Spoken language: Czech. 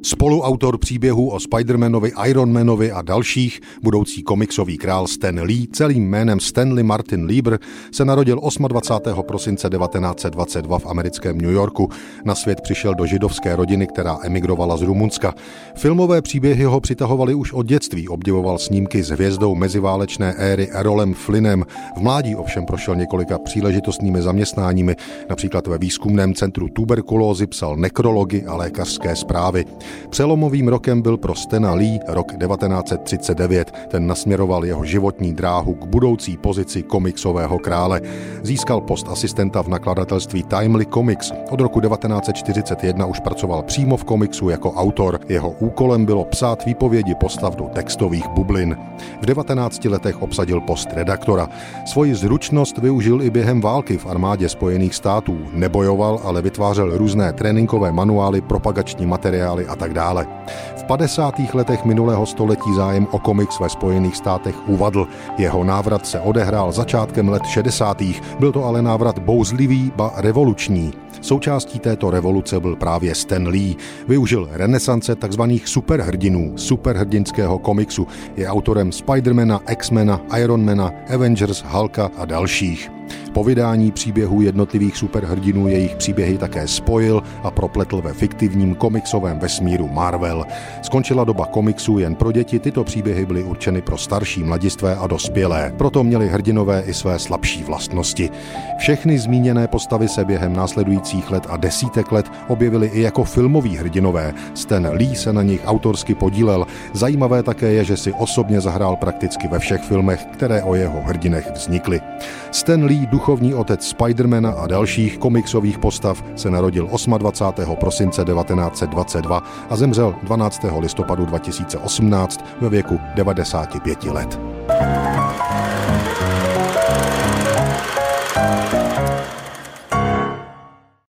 Spoluautor příběhů o Spider-Manovi, Ironmanovi a dalších, budoucí komiksový král Stan Lee, celým jménem Stanley Martin Lieber, se narodil 28. prosince 1922 v americkém New Yorku. Na svět přišel do židovské rodiny, která emigrovala z Rumunska. Filmové příběhy ho přitahovaly už od dětství, obdivoval snímky s hvězdou meziválečné éry Errolem Flynnem. V mládí ovšem prošel několika příležitostnými zaměstnáními, například ve výzkumném centru tuberkulózy psal nekrology a lékařské zprávy. Přelomovým rokem byl pro Stana Lee rok 1939. Ten nasměroval jeho životní dráhu k budoucí pozici komiksového krále. Získal post asistenta v nakladatelství Timely Comics. Od roku 1941 už pracoval přímo v komiksu jako autor. Jeho úkolem bylo psát výpovědi postav do textových bublin. V 19 letech obsadil post redaktora. Svoji zručnost využil i během války v armádě Spojených států. Nebojoval, ale vytvářel různé tréninkové manuály, propagační materiály a tak dále. V 50. letech minulého století zájem o komiks ve Spojených státech uvadl. Jeho návrat se odehrál začátkem let 60. Byl to ale návrat bouřlivý, ba revoluční. Součástí této revoluce byl právě Stan Lee. Využil renesance tzv. Superhrdinů, superhrdinského komiksu. Je autorem Spidermana, X-mena, Ironmana, Avengers, Hulka a dalších. Po vydání příběhů jednotlivých superhrdinů jejich příběhy také spojil a propletl ve fiktivním komiksovém vesmíru Marvel. Skončila doba komiksu jen pro děti, tyto příběhy byly určeny pro starší mladistvé a dospělé. Proto měli hrdinové i své slabší vlastnosti. Všechny zmíněné postavy se během následujících let a desítek let objevily i jako filmoví hrdinové. Stan Lee se na nich autorsky podílel. Zajímavé také je, že si osobně zahrál prakticky ve všech filmech, které o jeho hrdinech vznikly. Stan Lee, duchovní otec Spidermana a dalších komiksových postav, se narodil 28. prosince 1922 a zemřel 12. listopadu 2018 ve věku 95 let.